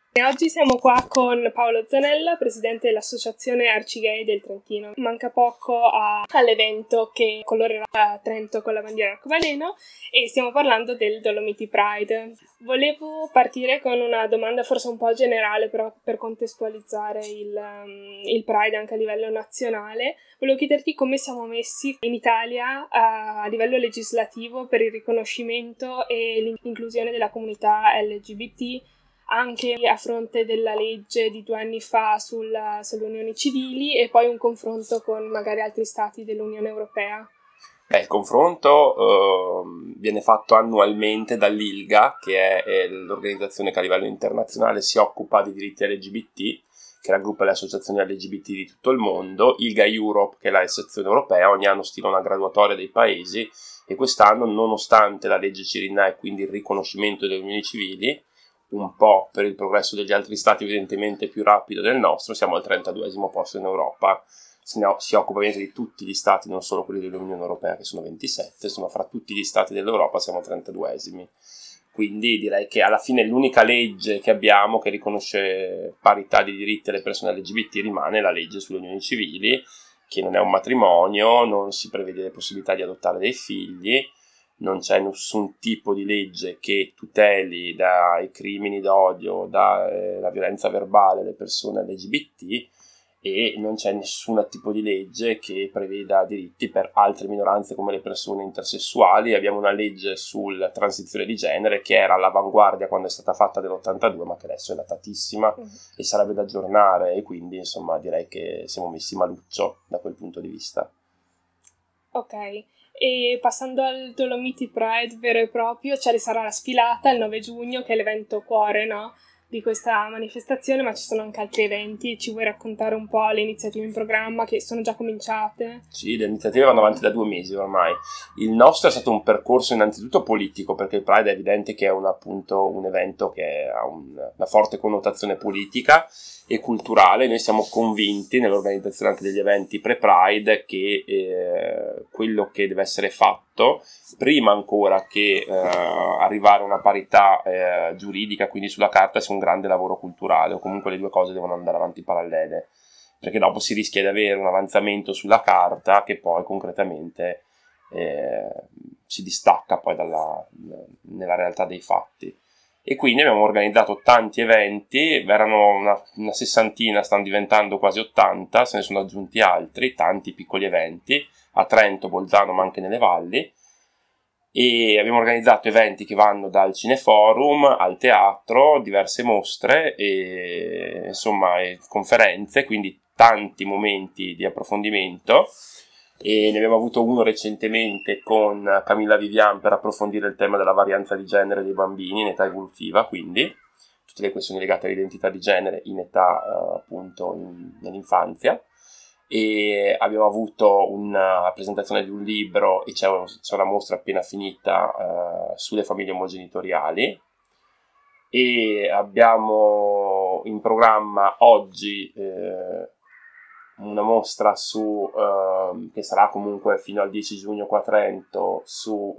E oggi siamo qua con Paolo Zanella, presidente dell'Associazione Arcigay del Trentino. Manca poco all'evento che colorerà Trento con la bandiera arcobaleno e stiamo parlando del Dolomiti Pride. Volevo partire con una domanda forse un po' generale, però per contestualizzare il Pride anche a livello nazionale. Volevo chiederti come siamo messi in Italia a livello legislativo per il riconoscimento e l'inclusione della comunità LGBT, anche a fronte della legge di 2 anni fa sulle unioni civili e poi un confronto con magari altri stati dell'Unione Europea. Il confronto viene fatto annualmente dall'ILGA, che è l'organizzazione che a livello internazionale si occupa di diritti LGBT, che raggruppa le associazioni LGBT di tutto il mondo. ILGA Europe, che è la sezione europea, ogni anno stila una graduatoria dei paesi e quest'anno, nonostante la legge Cirinnà e quindi il riconoscimento delle unioni civili, un po' per il progresso degli altri stati evidentemente più rapido del nostro, siamo al 32esimo posto in Europa. Si occupa ovviamente di tutti gli stati, non solo quelli dell'Unione Europea che sono 27, sono fra tutti gli stati dell'Europa siamo 32esimi. Quindi direi che alla fine l'unica legge che abbiamo che riconosce parità di diritti alle persone LGBT rimane la legge sulle unioni civili, che non è un matrimonio, non si prevede le possibilità di adottare dei figli, non c'è nessun tipo di legge che tuteli dai crimini d'odio, dalla violenza verbale le persone LGBT e non c'è nessun tipo di legge che preveda diritti per altre minoranze come le persone intersessuali. Abbiamo una legge sulla transizione di genere che era all'avanguardia quando è stata fatta nell'82, ma che adesso è datatissima e sarebbe da aggiornare, e quindi insomma direi che siamo messi maluccio da quel punto di vista. Ok. E passando al Dolomiti Pride vero e proprio, sarà la sfilata il 9 giugno, che è l'evento cuore, no, di questa manifestazione, ma ci sono anche altri eventi. Ci vuoi raccontare un po' le iniziative in programma che sono già cominciate? Sì, le iniziative vanno avanti da 2 mesi ormai. Il nostro è stato un percorso innanzitutto politico, perché il Pride è evidente che è appunto un evento che ha una forte connotazione politica e culturale. Noi siamo convinti nell'organizzazione anche degli eventi pre-Pride che quello che deve essere fatto, prima ancora che arrivare a una parità giuridica, quindi sulla carta, sia un grande lavoro culturale, o comunque le due cose devono andare avanti parallele, perché dopo si rischia di avere un avanzamento sulla carta che poi concretamente si distacca poi nella realtà dei fatti. E quindi abbiamo organizzato tanti eventi, erano una 60, stanno diventando quasi 80, se ne sono aggiunti altri, tanti piccoli eventi, a Trento, Bolzano, ma anche nelle valli, e abbiamo organizzato eventi che vanno dal cineforum al teatro, diverse mostre e insomma conferenze, quindi tanti momenti di approfondimento, e ne abbiamo avuto uno recentemente con Camilla Vivian per approfondire il tema della varianza di genere dei bambini in età evolutiva, quindi tutte le questioni legate all'identità di genere in età appunto nell'infanzia. E abbiamo avuto una presentazione di un libro e c'è una mostra appena finita sulle famiglie omogenitoriali, e abbiamo in programma oggi una mostra che sarà comunque fino al 10 giugno qua a Trento su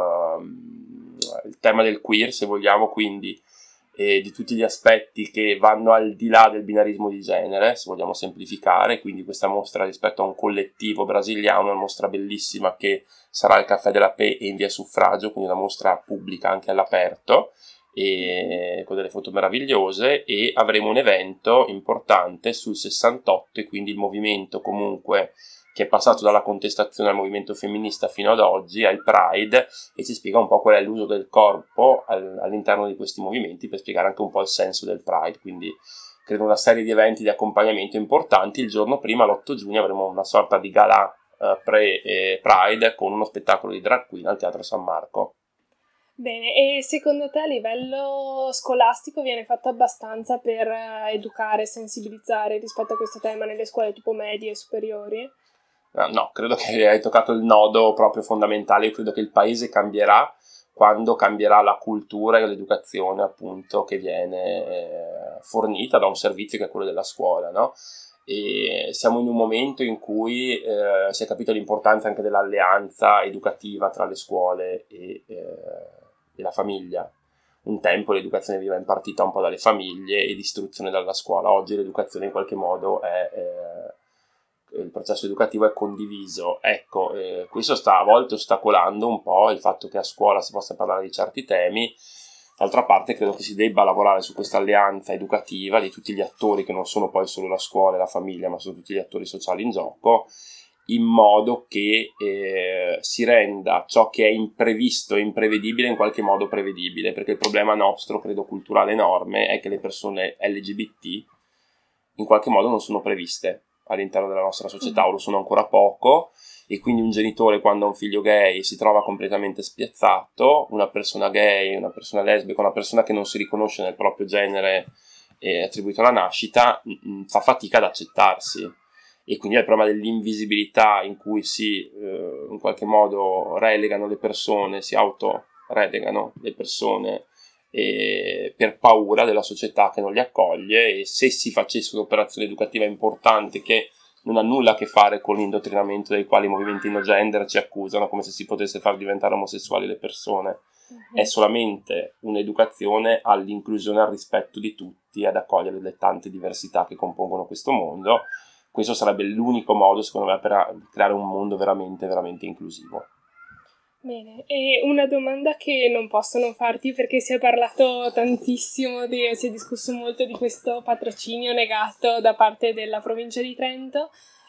il tema del queer, se vogliamo, quindi di tutti gli aspetti che vanno al di là del binarismo di genere, se vogliamo semplificare. Quindi questa mostra rispetto a un collettivo brasiliano, una mostra bellissima che sarà al Caffè della Paix e in via Suffragio, quindi una mostra pubblica anche all'aperto e con delle foto meravigliose, e avremo un evento importante sul 68 e quindi il movimento comunque che è passato dalla contestazione al movimento femminista fino ad oggi, al Pride, e ci spiega un po' qual è l'uso del corpo all'interno di questi movimenti, per spiegare anche un po' il senso del Pride. Quindi credo una serie di eventi di accompagnamento importanti. Il giorno prima, l'8 giugno, avremo una sorta di galà pre-Pride con uno spettacolo di drag queen al Teatro San Marco. Bene, e secondo te a livello scolastico viene fatto abbastanza per educare e sensibilizzare rispetto a questo tema nelle scuole tipo medie e superiori? No, credo che hai toccato il nodo proprio fondamentale. Io credo che il paese cambierà quando cambierà la cultura e l'educazione appunto che viene fornita da un servizio che è quello della scuola, no? E siamo in un momento in cui si è capito l'importanza anche dell'alleanza educativa tra le scuole e la famiglia. un tempo l'educazione veniva impartita un po' dalle famiglie e l'istruzione dalla scuola. Oggi l'educazione in qualche modo il processo educativo è condiviso. Ecco, questo sta a volte ostacolando un po' il fatto che a scuola si possa parlare di certi temi. D'altra parte credo che si debba lavorare su questa alleanza educativa di tutti gli attori, che non sono poi solo la scuola e la famiglia, ma sono tutti gli attori sociali in gioco, in modo che si renda ciò che è imprevisto e imprevedibile in qualche modo prevedibile, perché il problema nostro, credo culturale enorme, è che le persone LGBT in qualche modo non sono previste all'interno della nostra società, o lo sono ancora poco, e quindi un genitore quando ha un figlio gay si trova completamente spiazzato, una persona gay, una persona lesbica, una persona che non si riconosce nel proprio genere attribuito alla nascita, fa fatica ad accettarsi, e quindi è il problema dell'invisibilità in cui si in qualche modo relegano le persone, si autorelegano le persone per paura della società che non li accoglie, e se si facesse un'operazione educativa importante che non ha nulla a che fare con l'indottrinamento dei quali i movimenti no gender ci accusano, come se si potesse far diventare omosessuali le persone, è solamente un'educazione all'inclusione e al rispetto di tutti, ad accogliere le tante diversità che compongono questo mondo. Questo sarebbe l'unico modo, secondo me, per creare un mondo veramente, veramente inclusivo. Bene, e una domanda che non posso non farti, perché si è parlato tantissimo, si è discusso molto di questo patrocinio negato da parte della provincia di Trento,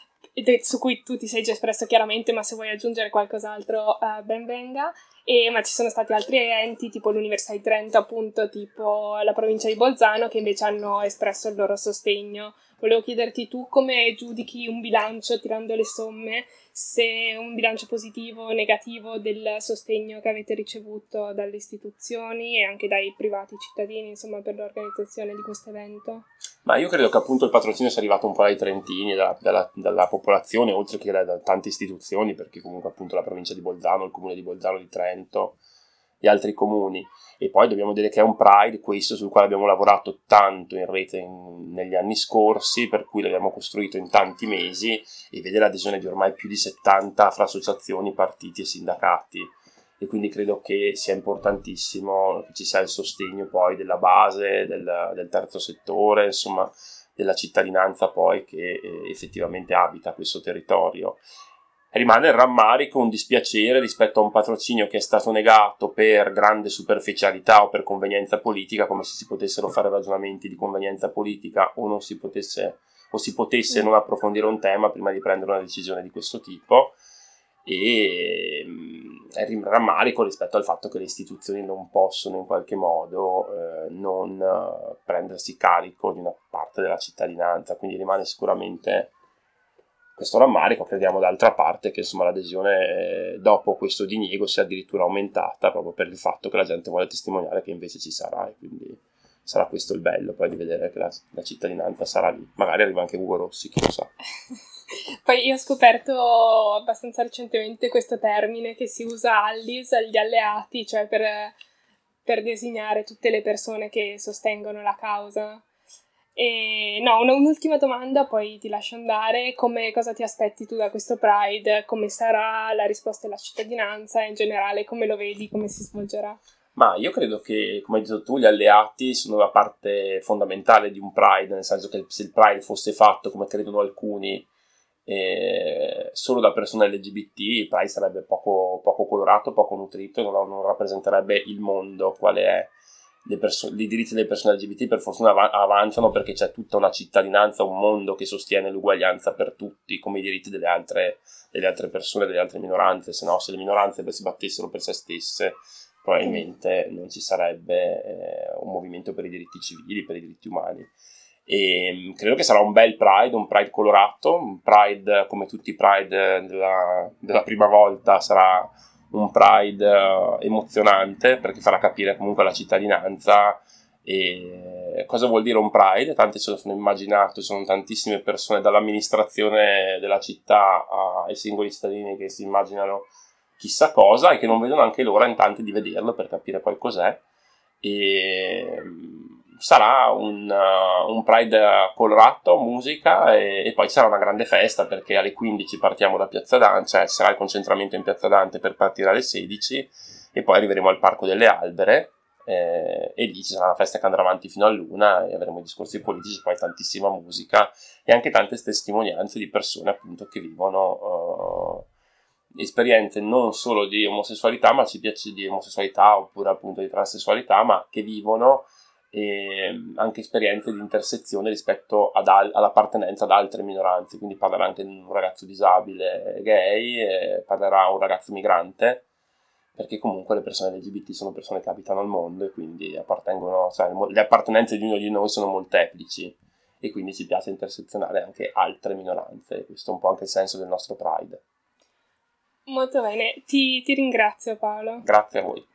su cui tu ti sei già espresso chiaramente, ma se vuoi aggiungere qualcos'altro ben venga. Ma ci sono stati altri enti, tipo l'Università di Trento, appunto, tipo la provincia di Bolzano, che invece hanno espresso il loro sostegno. Volevo chiederti tu come giudichi un bilancio tirando le somme, se un bilancio positivo o negativo del sostegno che avete ricevuto dalle istituzioni e anche dai privati cittadini, insomma, per l'organizzazione di questo evento. Ma io credo che appunto il patrocinio sia arrivato un po' dai trentini, dalla popolazione, oltre che da tante istituzioni, perché comunque appunto la provincia di Bolzano, il comune di Bolzano di Trento e altri comuni. E poi dobbiamo dire che è un Pride, questo sul quale abbiamo lavorato tanto in rete negli anni scorsi, per cui l'abbiamo costruito in tanti mesi, e vede l'adesione di ormai più di 70 fra associazioni, partiti e sindacati. E quindi credo che sia importantissimo che ci sia il sostegno poi della base, del terzo settore, insomma della cittadinanza poi che effettivamente abita questo territorio. Rimane il rammarico, un dispiacere rispetto a un patrocinio che è stato negato per grande superficialità o per convenienza politica, come se si potessero fare ragionamenti di convenienza politica o si potesse non approfondire un tema prima di prendere una decisione di questo tipo. E rammarico rispetto al fatto che le istituzioni non possono in qualche modo non prendersi carico di una parte della cittadinanza, quindi rimane sicuramente questo rammarico. Crediamo d'altra parte che insomma l'adesione dopo questo diniego sia addirittura aumentata, proprio per il fatto che la gente vuole testimoniare che invece ci sarà, e quindi sarà questo il bello poi di vedere che la cittadinanza sarà lì. Magari arriva anche Ugo Rossi, chi lo sa. Poi io ho scoperto abbastanza recentemente questo termine che si usa allies, gli alleati, cioè per designare tutte le persone che sostengono la causa. E no, un'ultima domanda, poi ti lascio andare. Cosa ti aspetti tu da questo Pride? Come sarà la risposta della cittadinanza? In generale, come lo vedi? Come si svolgerà? Ma io credo che, come hai detto tu, gli alleati sono la parte fondamentale di un Pride, nel senso che se il Pride fosse fatto, come credono alcuni, solo da persone LGBT, il Pride sarebbe poco colorato, poco nutrito, non rappresenterebbe il mondo quale è. I diritti delle persone LGBT per fortuna avanzano perché c'è tutta una cittadinanza, un mondo che sostiene l'uguaglianza per tutti, come i diritti delle altre persone, delle altre minoranze. Se no, se le minoranze si battessero per se stesse, probabilmente non ci sarebbe un movimento per i diritti civili, per i diritti umani. E credo che sarà un bel Pride, un Pride colorato, un Pride come tutti i Pride della prima volta, sarà un Pride emozionante, perché farà capire comunque alla cittadinanza cosa vuol dire un Pride. Tanti se lo sono immaginato, sono tantissime persone dall'amministrazione della città ai singoli cittadini che si immaginano chissà cosa e che non vedono anche l'ora in tanti di vederlo per capire poi cos'è. E sarà un Pride colorato, musica, e poi sarà una grande festa, perché alle 15 partiamo da Piazza Dante, cioè sarà il concentramento in Piazza Dante per partire alle 16, e poi arriveremo al Parco delle Albere, e lì ci sarà una festa che andrà avanti fino all'1 e avremo i discorsi politici, poi tantissima musica e anche tante testimonianze di persone appunto che vivono esperienze non solo di omosessualità, ma ci piace di omosessualità oppure appunto di transessualità, ma che vivono anche esperienze di intersezione rispetto all'appartenenza ad altre minoranze, quindi parlerà anche di un ragazzo disabile gay, parlerà un ragazzo migrante, perché comunque le persone LGBT sono persone che abitano al mondo e quindi appartengono, cioè, le appartenenze di ognuno di noi sono molteplici e quindi ci piace intersezionare anche altre minoranze. Questo è un po' anche il senso del nostro Pride. Molto bene, ti ringrazio Paolo. Grazie a voi.